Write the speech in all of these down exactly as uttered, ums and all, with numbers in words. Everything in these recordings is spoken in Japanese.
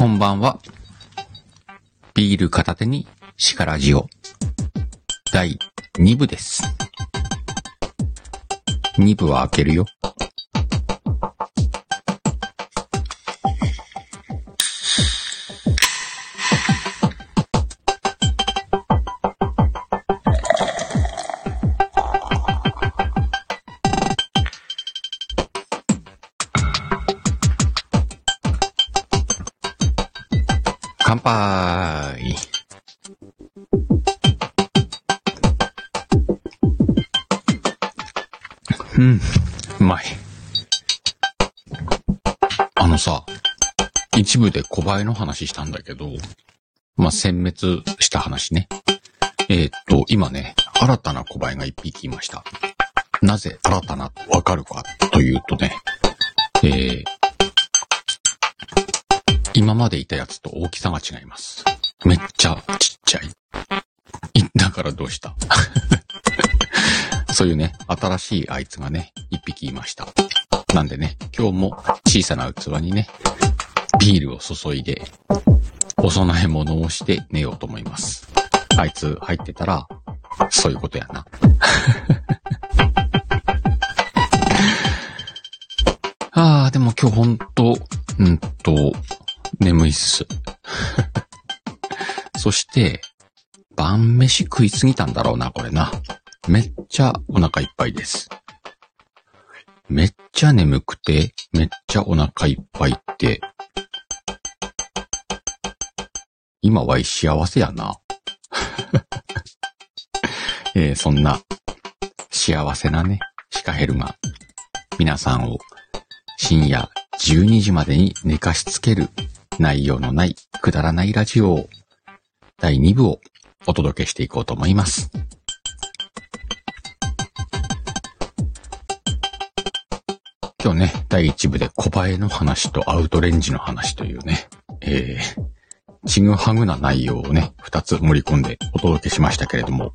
こんばんは。ビール片手にシカラジオだいにぶです。にぶは開けるよ。乾杯。うん、うまい。あのさ、一部で小映えの話したんだけど、まあ、殲滅した話ね。えー、っと、今ね、新たな小映えが一匹いました。なぜ新たなとわかるかというとね、えー、今までいたやつと大きさが違います。めっちゃちっちゃい。だからどうしたそういうね、新しいあいつがね、一匹いました。なんでね、今日も小さな器にね、ビールを注いで、お供え物をして寝ようと思います。あいつ入ってたら、そういうことやな。あー、でも今日ほんと、うんと、眠いっす。そして、晩飯食いすぎたんだろうな、これな。めっちゃお腹いっぱいです。めっちゃ眠くて、めっちゃお腹いっぱいって、今は幸せやな。えー、そんな、幸せなね、シカヘルが、皆さんを深夜じゅうにじまでに寝かしつける内容のないくだらないラジオをだいにぶをお届けしていこうと思います。今日ね、だいいちぶで小映えの話とアウトレンジの話というね、えー、ちぐはぐな内容をね、ふたつ盛り込んでお届けしましたけれども、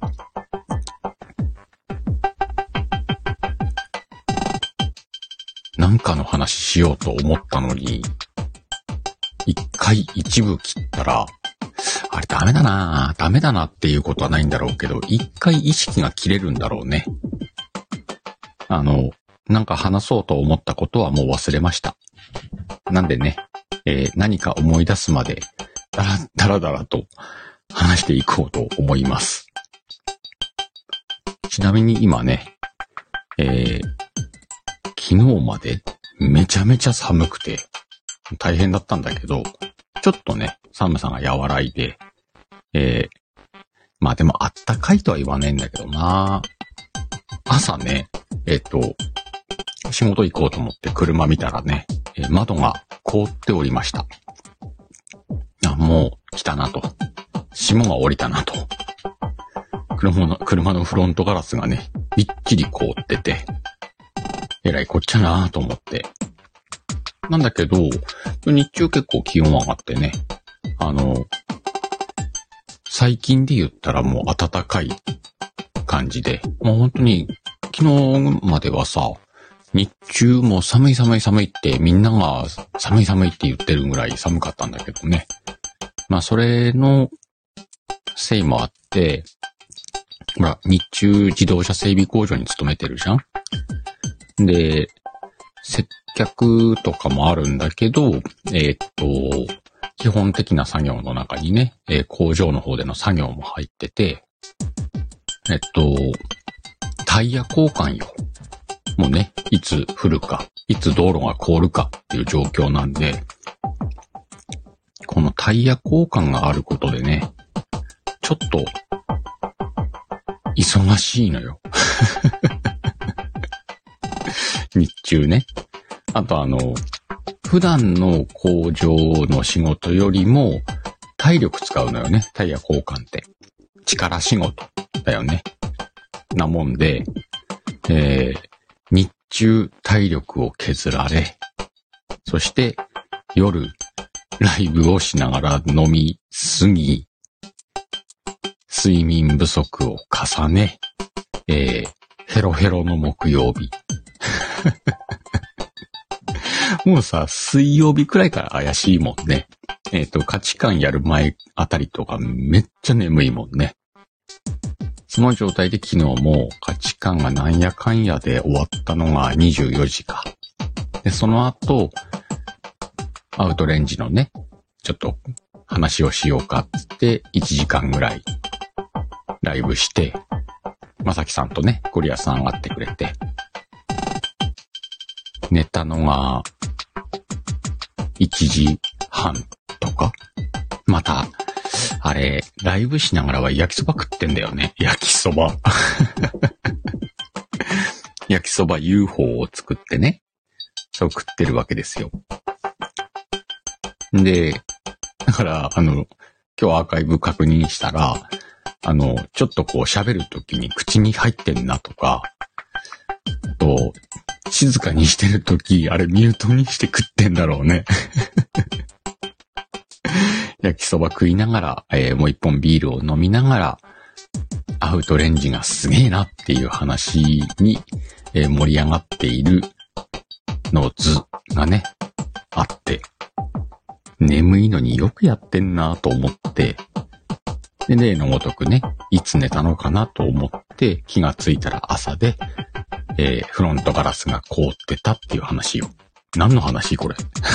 なんかの話しようと思ったのに、一回一部切ったら、あれダメだなぁ、ダメだなっていうことはないんだろうけど、一回意識が切れるんだろうね。あの、なんか話そうと思ったことはもう忘れました。なんでね、えー、何か思い出すまで、だらだらだらと話していこうと思います。ちなみに今ね、えー、昨日までめちゃめちゃ寒くて大変だったんだけど、ちょっとね、寒さが和らいで、えー、まあでもあったかいとは言わねえんだけどな。朝ね、えっと、仕事行こうと思って車見たらね、えー、窓が凍っておりました。あ、もう来たなと。霜が降りたなと。車の、車のフロントガラスがね、びっちり凍ってて、えらいこっちゃなぁと思って。なんだけど、日中結構気温上がってね、あの、最近で言ったらもう暖かい感じで、もう本当に昨日まではさ、日中も寒い寒い寒いってみんなが寒い寒いって言ってるぐらい寒かったんだけどね。まあそれのせいもあって、ほら、日中自動車整備工場に勤めてるじゃん？で、接客とかもあるんだけど、えー、っと、基本的な作業の中にね、えー、工場の方での作業も入ってて、えっと、タイヤ交換よ。もうね、いつ降るか、いつ道路が凍るかっていう状況なんで、このタイヤ交換があることでね、ちょっと、忙しいのよ。日中ね。あとあの、普段の工場の仕事よりも体力使うのよね。タイヤ交換って。力仕事だよね。なもんで、えー、日中体力を削られ、そして夜ライブをしながら飲みすぎ、睡眠不足を重ね、えー、ヘロヘロの木曜日。もうさ、水曜日くらいから怪しいもんね。 えっと、価値観やる前あたりとかめっちゃ眠いもんね。その状態で昨日も価値観がなんやかんやで終わったのがにじゅうよじか。で、その後、アウトレンジのね、ちょっと話をしようかっつっていちじかんぐらいライブして、まさきさんとね、ゴリアさん会ってくれて、寝たのがいちじはんとか。また、あれ、ライブしながらは焼きそば食ってんだよね。焼きそば。焼きそば ユーフォー を作ってね。そう食ってるわけですよ。で、だから、あの、今日アーカイブ確認したら、あの、ちょっとこう喋るときに口に入ってんなとか、と、静かにしてるとき、あれミュートにして食ってんだろうね。焼きそば食いながら、えー、もう一本ビールを飲みながら、アウトレンジがすげえなっていう話に、えー、盛り上がっているの図がね、あって、眠いのによくやってんなと思って、で、例のごとくね、いつ寝たのかなと思って気がついたら朝で、えー、フロントガラスが凍ってたっていう話よ。何の話これ。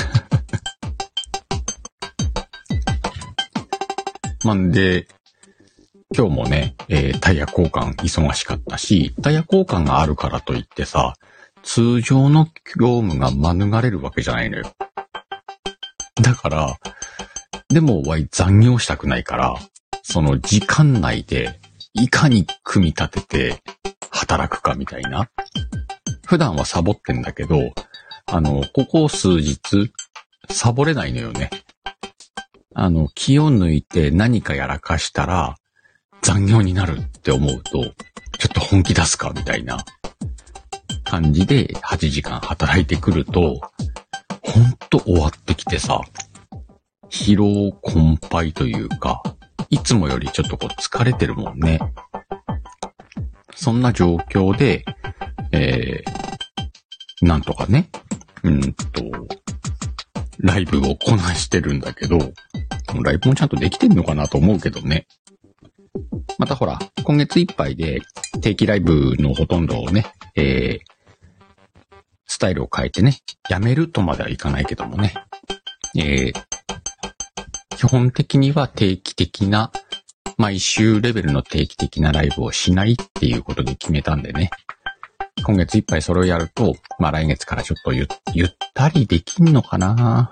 まんで、今日もね、えー、タイヤ交換忙しかったし、タイヤ交換があるからといってさ、通常の業務が免れるわけじゃないのよ。だから、でもわい残業したくないから、その時間内でいかに組み立てて働くかみたいな。普段はサボってんだけど、あの、ここ数日、サボれないのよね。あの、気を抜いて何かやらかしたら、残業になるって思うと、ちょっと本気出すかみたいな感じではちじかん働いてくると、ほんと終わってきてさ、疲労困憊というか、いつもよりちょっとこう疲れてるもんね。そんな状況で、えー、なんとかね、うんと、ライブをこなしてるんだけど、ライブもちゃんとできてんのかなと思うけどね。またほら、今月いっぱいで定期ライブのほとんどをね、えー、スタイルを変えてね、やめるとまではいかないけどもね、えー、基本的には定期的な、毎週レベルの定期的なライブをしないっていうことで決めたんでね、今月いっぱいそれをやると、まあ来月からちょっとゆ、ゆったりできんのかな。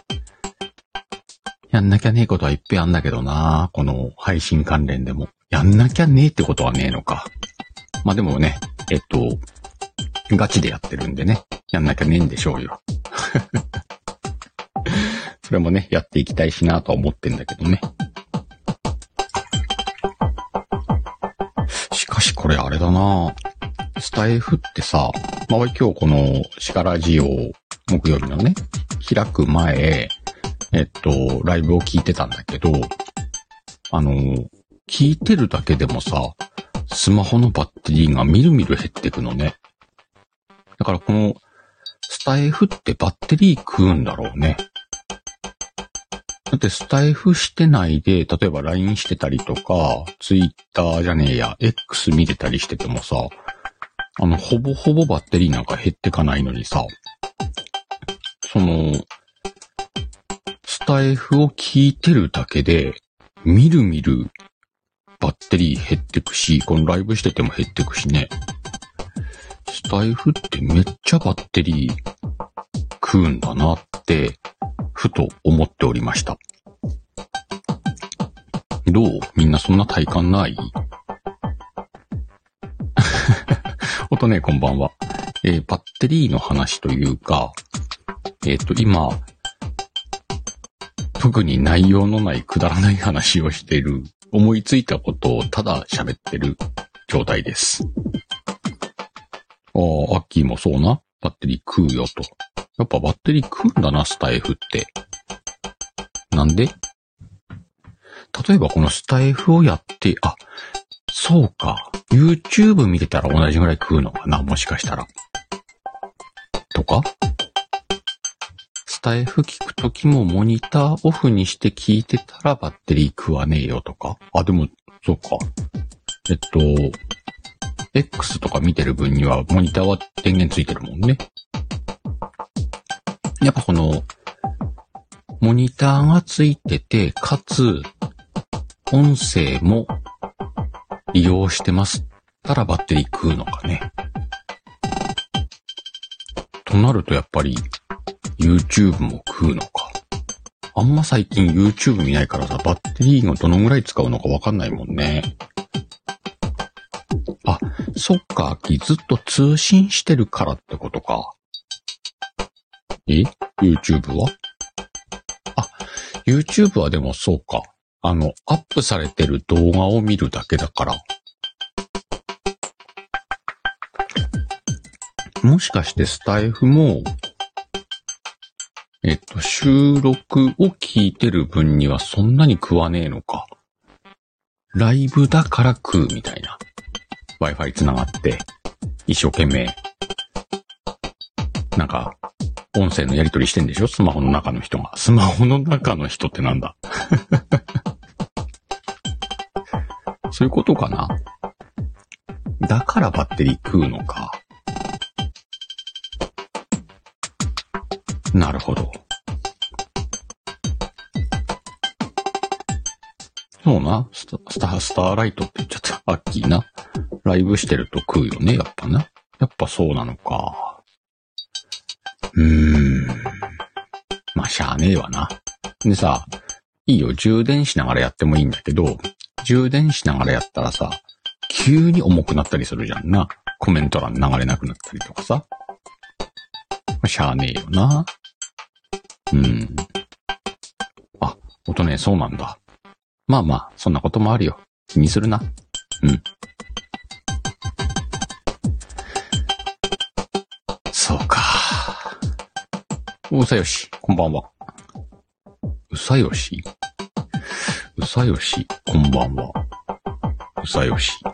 やんなきゃねえことはいっぺんあんだけどな、この配信関連でも。やんなきゃねえってことはねえのか。まあでもね、えっと、ガチでやってるんでね、やんなきゃねえんでしょうよ。それもね、やっていきたいしなとは思ってんだけどね。しかしこれあれだな、スタイフってさ、まあ今日このシカラジオ木曜日のね、開く前、えっと、ライブを聞いてたんだけど、あの、聞いてるだけでもさ、スマホのバッテリーがみるみる減ってくのね。だからこの、スタイフってバッテリー食うんだろうね。だってスタイフしてないで、例えば ライン してたりとか、Twitter じゃねえや、X 見てたりしててもさ、あの、ほぼほぼバッテリーなんか減ってかないのにさ、その、スタイフを聞いてるだけで、みるみるバッテリー減ってくし、このライブしてても減ってくしね。スタイフってめっちゃバッテリー食うんだなって、ふと思っておりました。どう？みんなそんな体感ない？おとね、こんばんは。えー、バッテリーの話というか、えっと、今、特に内容のないくだらない話をしている、思いついたことをただ喋ってる状態です。ああ、アッキーもそうな。バッテリー食うよと。やっぱバッテリー食うんだな、スタイフって。なんで？例えばこのスタイフをやって、あ、そうか。YouTube 見てたら同じぐらい食うのかな、もしかしたら。とか？スタイフ聞くときもモニターオフにして聞いてたらバッテリー食わねえよとか。あ、でも、そうか。えっと、X とか見てる分にはモニターは電源ついてるもんね。やっぱこの、モニターがついてて、かつ、音声も利用してますったらバッテリー食うのかね。となるとやっぱり YouTube も食うのか。あんま最近 YouTube 見ないからさ、バッテリーがどのぐらい使うのかわかんないもんね。あ、そっか、ずっと通信してるからってことか。え ?YouTube はあ、YouTube はでもそうか。あの、アップされてる動画を見るだけだから。もしかしてスタイフも、えっと、収録を聞いてる分にはそんなに食わねえのか。ライブだから食うみたいな。Wi-Fi つながって、一生懸命、なんか、音声のやり取りしてんでしょ？スマホの中の人が。スマホの中の人ってなんだ？そういうことかな？だからバッテリー食うのか。なるほど。そうな。スタ、スタ、スターライトって言っちゃった。アッキーな。ライブしてると食うよね、やっぱな。やっぱそうなのか。うーん。まあ、しゃあねえわな。でさ、いいよ、充電しながらやってもいいんだけど、充電しながらやったらさ、急に重くなったりするじゃんな。コメント欄流れなくなったりとかさ。まあ、しゃあねえよな。うん。あ、音ね、そうなんだ。まあまあ、そんなこともあるよ。気にするな。うん。そうか。うさよし、こんばんは。うさよしうさよし、こんばんは。うさよし。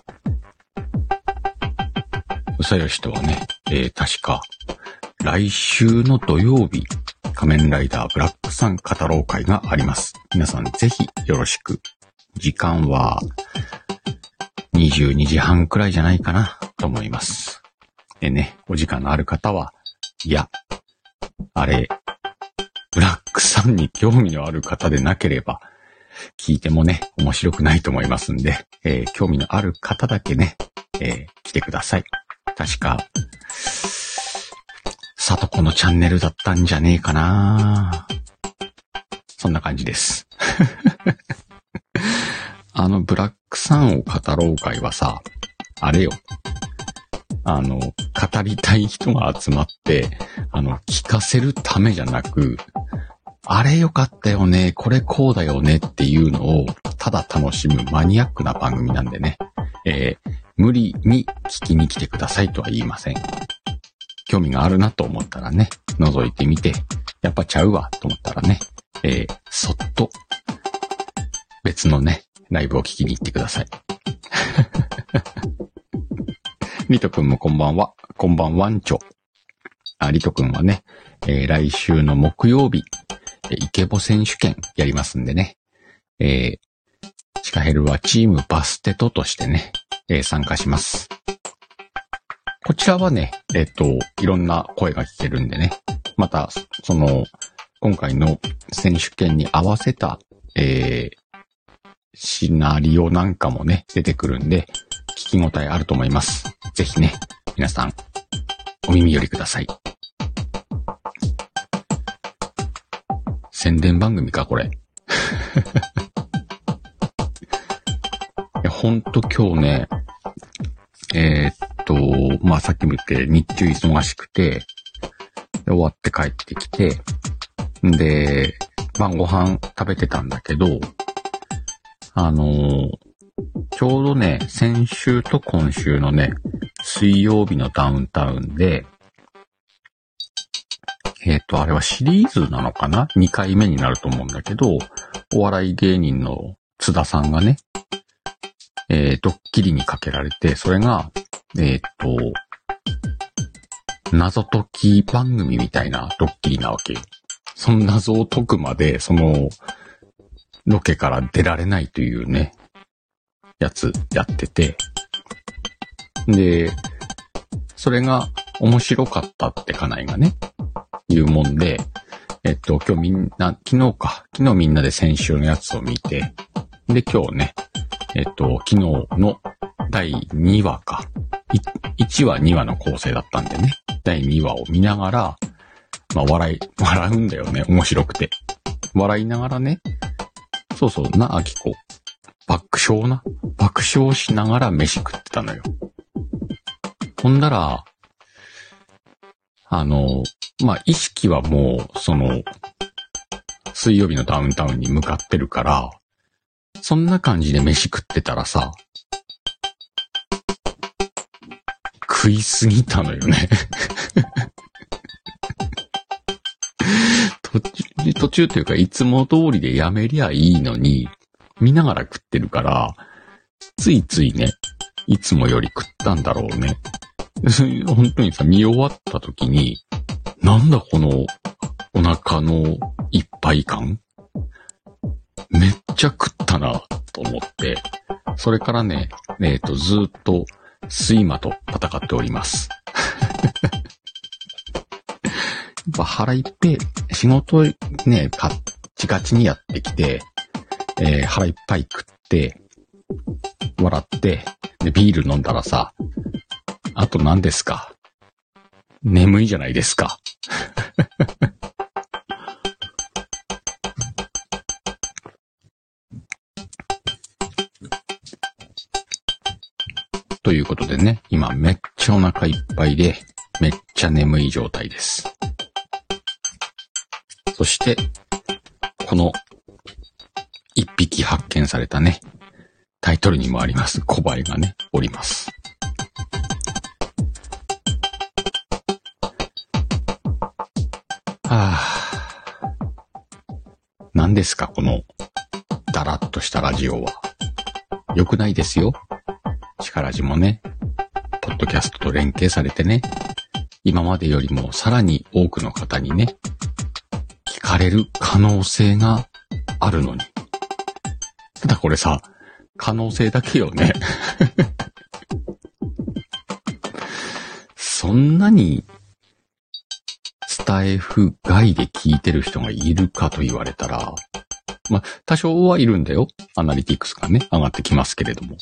うさよしとはね、えー、確か、来週の土曜日、仮面ライダーブラックさん語ろう会があります。皆さんぜひよろしく。時間はにじゅうにじはんくらいじゃないかなと思います。でね、お時間のある方は、いや、あれ、ブラックさんに興味のある方でなければ、聞いてもね、面白くないと思いますんで、えー、興味のある方だけね、えー、来てください。確か、さとこのチャンネルだったんじゃねえかな。そんな感じです。あのブラックさんを語ろう会はさ、あれよ。あの、語りたい人が集まって、あの、聞かせるためじゃなく、あれよかったよね、これこうだよねっていうのを、ただ楽しむマニアックな番組なんでね、えー、無理に聞きに来てくださいとは言いません。興味があるなと思ったらね、覗いてみて、やっぱちゃうわと思ったらね、えー、そっと、別のね、ライブを聞きに行ってください。リトくんもこんばんは。こんばんはんちょ。あ、リトくんはね、えー、来週の木曜日、えー、イケボ選手権やりますんでね。えー、シカヘルはチームバステトとしてね、えー、参加します。こちらはね、えっと、いろんな声が聞けるんでね。また、その、今回の選手権に合わせた、えー、シナリオなんかもね、出てくるんで、聞き応えあると思います。ぜひね、皆さん、お耳寄りください。宣伝番組か、これ。いや、ほんと今日ね、えー、っと、まあ、さっきも言って日中忙しくて、で終わって帰ってきて、で、晩ご飯食べてたんだけど、あのー、ちょうどね、先週と今週のね、水曜日のダウンタウンで、えっと、あれはシリーズなのかな ?に 回目になると思うんだけど、お笑い芸人の津田さんがね、えー、ドッキリにかけられて、それが、えっと、謎解き番組みたいなドッキリなわけよ。 その謎を解くまで、その、ロケから出られないというね、やつやってて、で、それが面白かったって家内がね、言うもんで、えっと、今日みんな、昨日か、昨日みんなで先週のやつを見て、で、今日ね、えっと、昨日のだいにわか、いちわにわの構成だったんでね、だいにわを見ながら、まあ、笑い、笑うんだよね、面白くて。笑いながらね、そうそうな、あきこ。爆笑な。爆笑しながら飯食ってたのよ。ほんだら、あの、まあ、意識はもう、その、水曜日のダウンタウンに向かってるから、そんな感じで飯食ってたらさ、食いすぎたのよね。途中、途中というか、いつも通りでやめりゃいいのに、見ながら食ってるから、ついついね、いつもより食ったんだろうね。本当にさ、見終わった時に、なんだこのお腹のいっぱい感？めっちゃ食ったなと思って、それからね、えっと、ずーっと睡魔と戦っております。やっぱ腹いっぺい、仕事ね、カッチカチにやってきて、えー、腹いっぱい食って、笑って、で、ビール飲んだらさ、あと何ですか？眠いじゃないですか。ということでね、今めっちゃお腹いっぱいで、めっちゃ眠い状態です。そして、この一匹発見されたね、タイトルにもあります小バエがね、おります。はぁ。何ですかこの、だらっとしたラジオは。良くないですよ。力ラジもね、ポッドキャストと連携されてね、今までよりもさらに多くの方にね、聞かれる可能性があるのに。ただこれさ、可能性だけよね。そんなに、スタイフ外で聞いてる人がいるかと言われたら、まあ、多少はいるんだよ。アナリティクスがね、上がってきますけれども。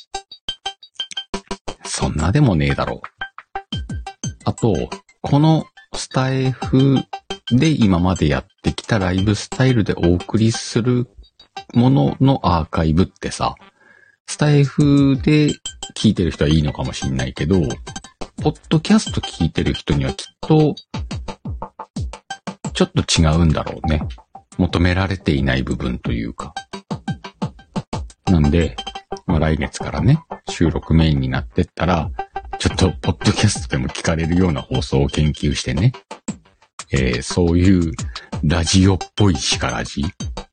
そんなでもねえだろう。あと、このスタイフで今までやってきたライブスタイルでお送りするもののアーカイブってさ、スタイフで聞いてる人はいいのかもしんないけど、ポッドキャスト聞いてる人にはきっと、ちょっと違うんだろうね。求められていない部分というか。なんで、まあ来月からね、収録メインになってったら、ちょっとポッドキャストでも聞かれるような放送を研究してね、えー、そういうラジオっぽいシカラジ、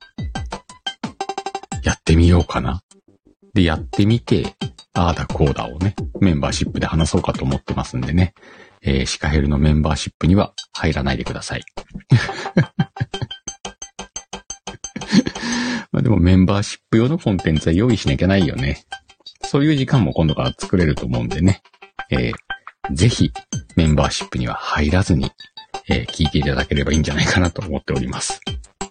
やってみようかな。で、やってみて、あーだこーだをね、メンバーシップで話そうかと思ってますんでね、えー、シカヘルのメンバーシップには入らないでください。まあでもメンバーシップ用のコンテンツは用意しなきゃないよね。そういう時間も今度から作れると思うんでね。えー、ぜひメンバーシップには入らずに、えー、聞いていただければいいんじゃないかなと思っております。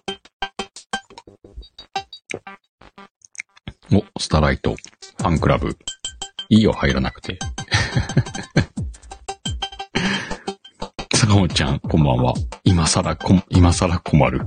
お、スターライト、ファンクラブ。いいよ、入らなくて。坂本ちゃん、こんばんは。今更こ、今更困る。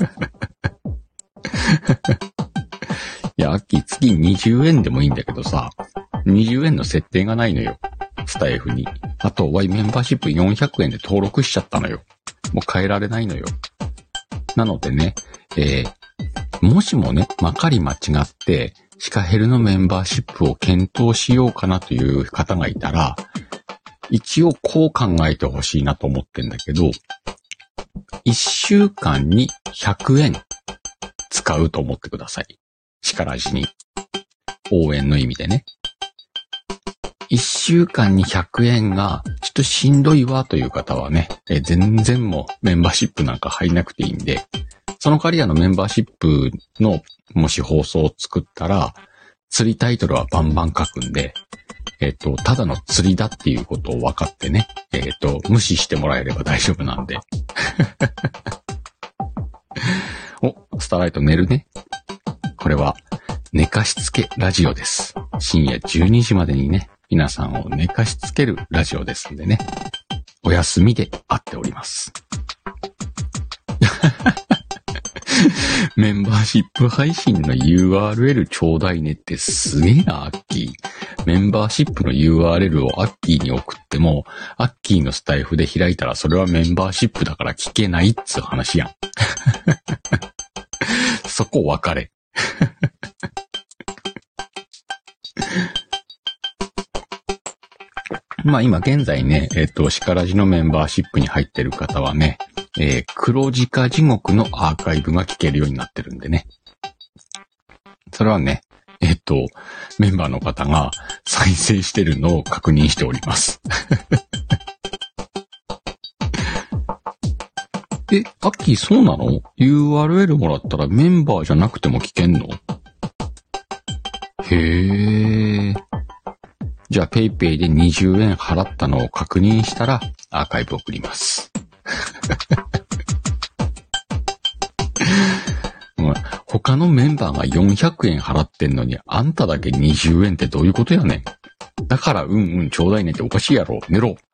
いや、秋月にじゅうえんでもいいんだけどさ、にじゅうえんの設定がないのよ。スタイフに。あと、ワイメンバーシップよんひゃくえんで登録しちゃったのよ。もう変えられないのよ。なのでね、えー、もしもね、まかり間違って、シカヘルのメンバーシップを検討しようかなという方がいたら、一応こう考えてほしいなと思ってんだけど、いっしゅうかんにひゃくえん使うと思ってください。シカラジに。応援の意味でね。 いっしゅうかんにひゃくえんがちょっとしんどいわという方はね、え全然もうメンバーシップなんか入んなくていいんで、その代わりあのメンバーシップのもし放送を作ったら、釣りタイトルはバンバン書くんで、えっと、ただの釣りだっていうことを分かってね、えっと、無視してもらえれば大丈夫なんで。お、スターライト寝るね。これは、寝かしつけラジオです。深夜じゅうにじまでにね、皆さんを寝かしつけるラジオですんでね、お休みで会っております。メンバーシップ配信の ユーアールエル ちょうだいねってすげえな、アッキー。メンバーシップの ユーアールエル をアッキーに送っても、アッキーのスタイフで開いたらそれはメンバーシップだから聞けないっつう話やん。そこ分かれ。まあ今現在ね、えっと、シカラジのメンバーシップに入ってる方はね、えー、黒直地獄のアーカイブが聞けるようになってるんでね。それはね、えっと、メンバーの方が再生してるのを確認しております。え、アッキーそうなの？ ユーアールエル もらったらメンバーじゃなくても聞けんの？へー。じゃあペイペイでにじゅうえん払ったのを確認したらアーカイブ送ります。他のメンバーがよんひゃくえん払ってんのにあんただけにじゅうえんってどういうことやねん。だからうんうんちょうだいねっておかしいやろ。寝ろ。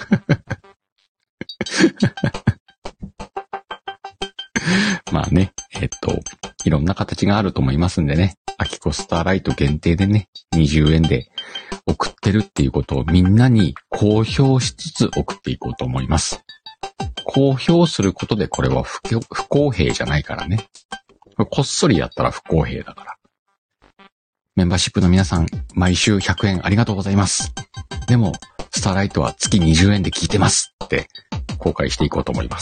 まあね、えっと、いろんな形があると思いますんでね。アキコスターライト限定でね、にじゅうえんで送ってるっていうことをみんなに公表しつつ送っていこうと思います。公表することでこれは不公平じゃないからね。こっそりやったら不公平だから。メンバーシップの皆さん、毎週ひゃくえんありがとうございます。でも、スターライトは月にじゅうえんで聞いてますって公開していこうと思います。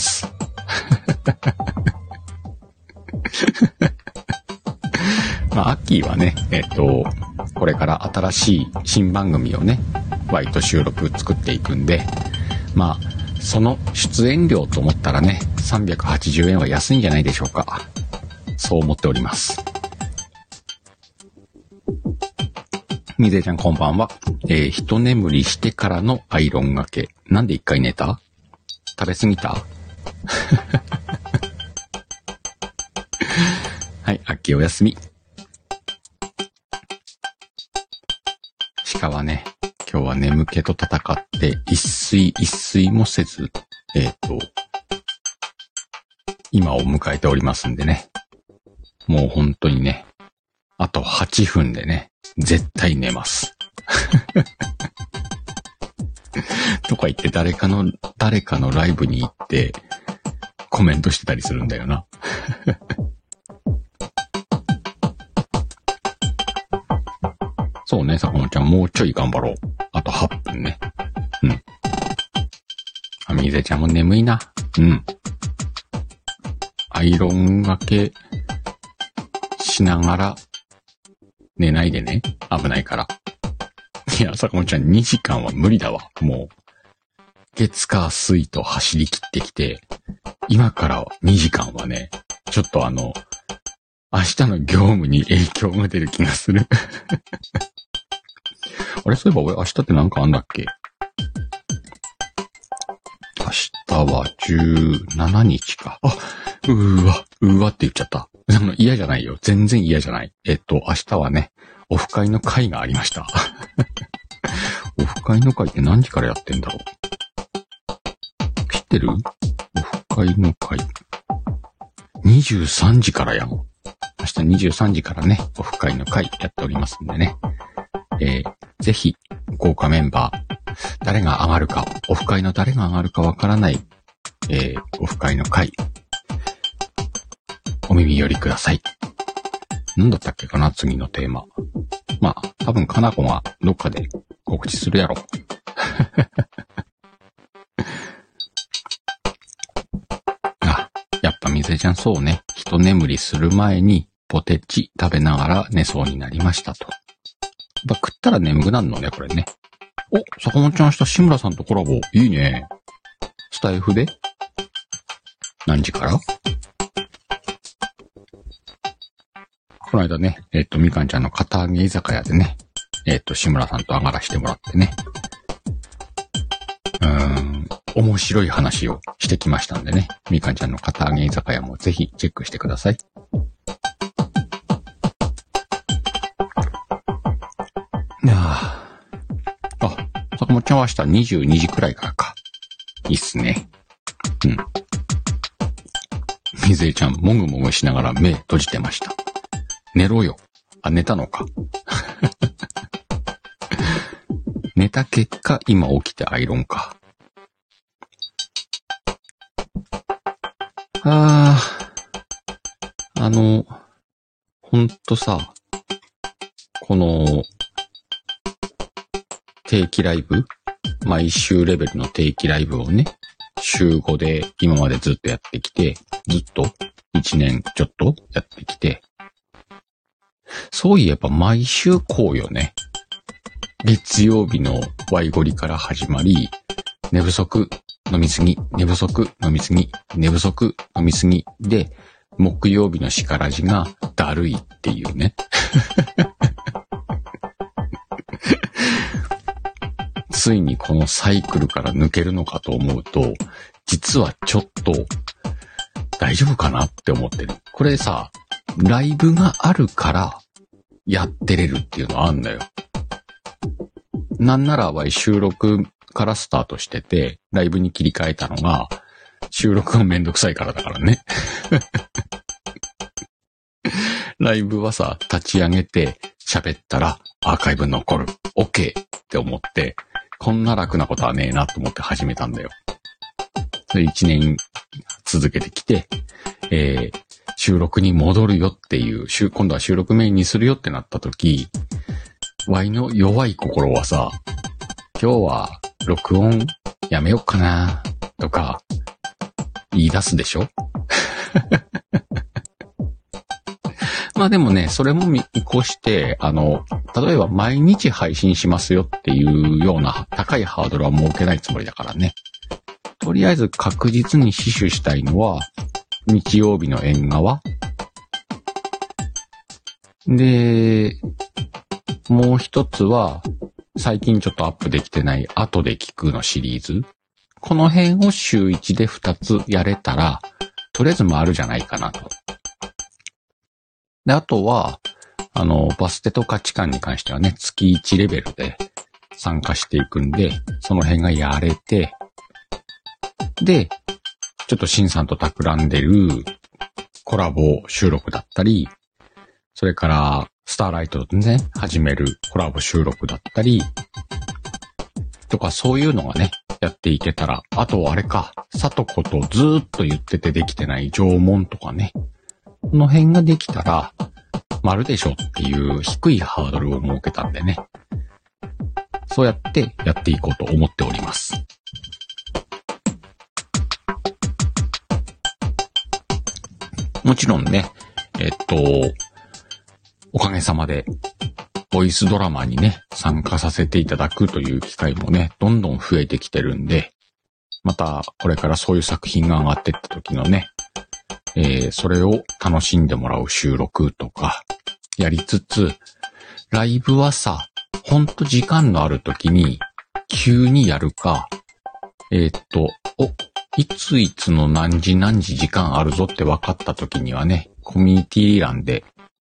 まあ、アッキーはね、えっと、これから新しい新番組をね、ワイと収録作っていくんで、まあ、その出演料と思ったらね、さんびゃくはちじゅうえんは安いんじゃないでしょうか。そう思っております。みぜちゃんこんばんは。えー、一眠りしてからのアイロンがけ。なんで一回寝た？食べ過ぎた？はい、アッキーおやすみ。鹿はね、今日は眠気と戦って一睡一睡もせず、えっと、今を迎えておりますんでね。もう本当にね、あとはちふんでね、絶対寝ます。とか言って誰かの、誰かのライブに行ってコメントしてたりするんだよな。そうね、坂本ちゃんもうちょい頑張ろう。あとはっぷんね。うん。あみぜちゃんも眠いな。うん。アイロンがけしながら寝ないでね。危ないから。いや、坂本ちゃんにじかんは無理だわ。もう、月火水と走り切ってきて、今からにじかんはね、ちょっとあの、明日の業務に影響が出る気がする。あれ、そういえば俺明日ってなんかあんだっけ？明日はじゅうしちにちか。あ、うーわ、うーわって言っちゃった。でも嫌じゃないよ。全然嫌じゃない。えっと、明日はね、オフ会の会がありました。オフ会の会って何時からやってんだろう？知ってる？オフ会の会。にじゅうさんじからやん。明日にじゅうさんじからね、オフ会の会やっておりますんでね。えー、ぜひ、豪華メンバー、誰が上がるか、オフ会の誰が上がるかわからない、えー、オフ会の会、お耳寄りください。何だったっけかな、次のテーマ。まあ、多分かなこがどっかで告知するやろ。あ、やっぱみぜちゃんそうね、一眠りする前にポテチ食べながら寝そうになりましたと。やっぱ食ったら眠くなるのね、これね。 お、坂本ちゃん明日志村さんとコラボ。いいね。スタイフで何時から？この間ね、えっと、みかんちゃんの片揚げ居酒屋でね、えっと、志村さんと上がらしてもらってね。うーん、面白い話をしてきましたんでね。みかんちゃんの片揚げ居酒屋もぜひチェックしてください。いやあ、坂本ちゃんは明日にじゅうにじくらいからか。いいっすね。うん。みずえちゃん、もぐもぐしながら目閉じてました。寝ろよ。あ、寝たのか。寝た結果、今起きてアイロンか。あー、あの、ほんとさ、この、定期ライブ？毎週レベルの定期ライブをね、週ごで今までずっとやってきて、ずっといちねんちょっとやってきて、そういえば毎週こうよね。月曜日のワイゴリから始まり、寝不足、飲みすぎ、寝不足、飲みすぎ、寝不足、飲みすぎで、木曜日のしからじがだるいっていうね。ついにこのサイクルから抜けるのかと思うと、実はちょっと大丈夫かなって思ってる。これさ、ライブがあるからやってれるっていうのはあんだよ。なんならは収録からスタートしてて、ライブに切り替えたのが、収録がめんどくさいからだからね。ライブはさ、立ち上げて喋ったらアーカイブ残る。OK って思って、こんな楽なことはねえなと思って始めたんだよ。それ一年続けてきて、えー、収録に戻るよっていう、今度は収録メインにするよってなった時、ワイの弱い心はさ、今日は録音やめよっかなとか言い出すでしょ。まあでもね、それも見越して、あの、例えば毎日配信しますよっていうような高いハードルは設けないつもりだからね。とりあえず確実に死守したいのは、日曜日の縁側。で、もう一つは、最近ちょっとアップできてない後で聞くのシリーズ。この辺を週いちでふたつやれたら、とりあえず回るじゃないかなと。で、あとは、あの、バステと価値観に関してはね、月いちレベルで参加していくんで、その辺がやれて、で、ちょっとシンさんと企んでるコラボ収録だったり、それから、スターライトでね、始めるコラボ収録だったり、とかそういうのがね、やっていけたら、あとあれか、さとことずーっと言っててできてない縄文とかね、この辺ができたら、丸でしょっていう低いハードルを設けたんでね、そうやってやっていこうと思っております。もちろんね、えっと、おかげさまで、ボイスドラマにね、参加させていただくという機会もね、どんどん増えてきてるんで、また、これからそういう作品が上がっていった時のね、えー、それを楽しんでもらう収録とか、やりつつ、ライブはさ、ほんと時間のある時に、急にやるか、えー、っと、お、いついつの何時何時時間あるぞって分かった時にはね、コミュニティ欄で、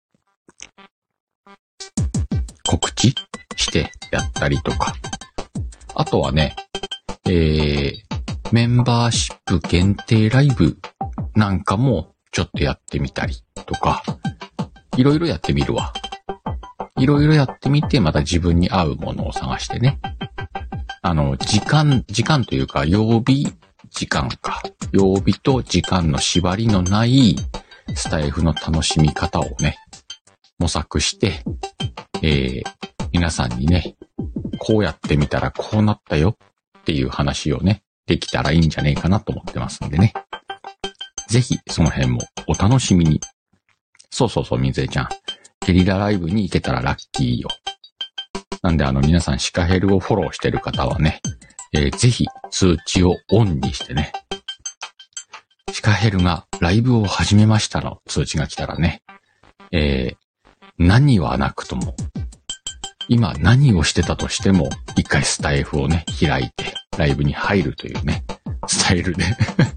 告知してやったりとか。あとはね、えー、メンバーシップ限定ライブなんかもちょっとやってみたりとか、いろいろやってみるわ。いろいろやってみて、また自分に合うものを探してね。あの、時間、時間というか、曜日時間か。曜日と時間の縛りのないスタイフの楽しみ方をね、模索して、えー、皆さんにね、こうやってみたらこうなったよっていう話をね、できたらいいんじゃねえかなと思ってますんでね。ぜひその辺もお楽しみに。そうそうそう、みずえちゃん。ゲリラライブに行けたらラッキーよ。 なんであの皆さんシカヘルをフォローしてる方はね、えー、ぜひ通知をオンにしてね、シカヘルがライブを始めましたの通知が来たらね、えー、何はなくとも、今何をしてたとしても、一回スタイフをね、開いて、ライブに入るというね、スタイルで。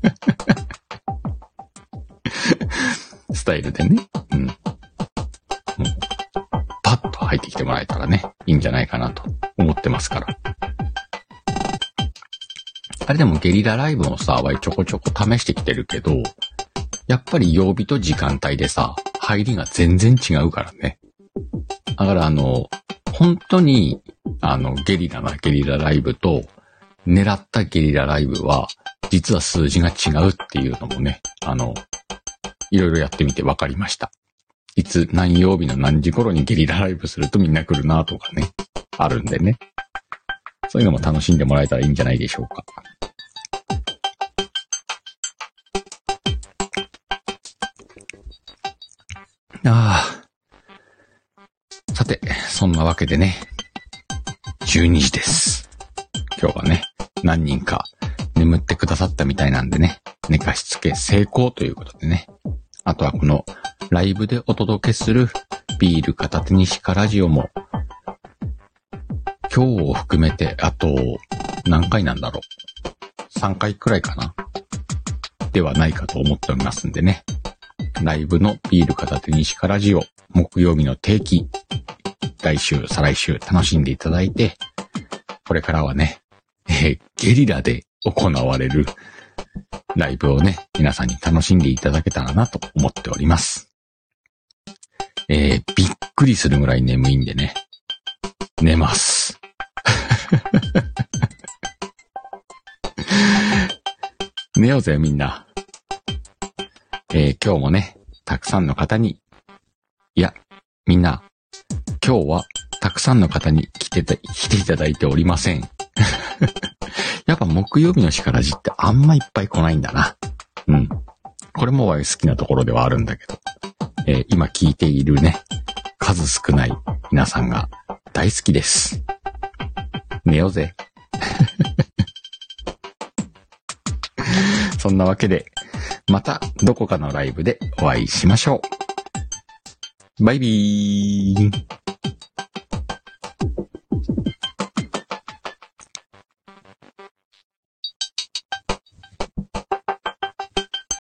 スタイルでね、うん。もう、パッと入ってきてもらえたらね、いいんじゃないかなと思ってますから。あれでもゲリラライブもさ、わいちょこちょこ試してきてるけど、やっぱり曜日と時間帯でさ、入りが全然違うからね。だからあの、本当に、あの、ゲリラなゲリラライブと、狙ったゲリラライブは、実は数字が違うっていうのもね、あの、いろいろやってみて分かりました。いつ何曜日の何時頃にゲリラライブするとみんな来るなとかね、あるんでね。そういうのも楽しんでもらえたらいいんじゃないでしょうか。ああ。さて、そんなわけでね、じゅうにじです。今日はね、何人か眠ってくださったみたいなんでね、寝かしつけ成功ということでね。あとはこのライブでお届けするビール片手にシカラジオも、今日を含めてあと何回なんだろう。さんかいくらいかな。ではないかと思っておりますんでね。ライブのビール片手にシカラジオ、木曜日の定期、来週、再来週楽しんでいただいて、これからはね、えー、ゲリラで行われるライブをね、皆さんに楽しんでいただけたらなと思っております。えー、びっくりするぐらい眠いんでね、寝ます。寝ようぜみんな。えー、今日もね、たくさんの方に、いや、みんな、今日はたくさんの方に来てた、来ていただいておりません。やっぱ木曜日のシカラジってあんまいっぱい来ないんだな。うん。これも好きなところではあるんだけど、えー、今聞いているね、数少ない皆さんが大好きです。寝ようぜ。そんなわけで、またどこかのライブでお会いしましょう。バイビー。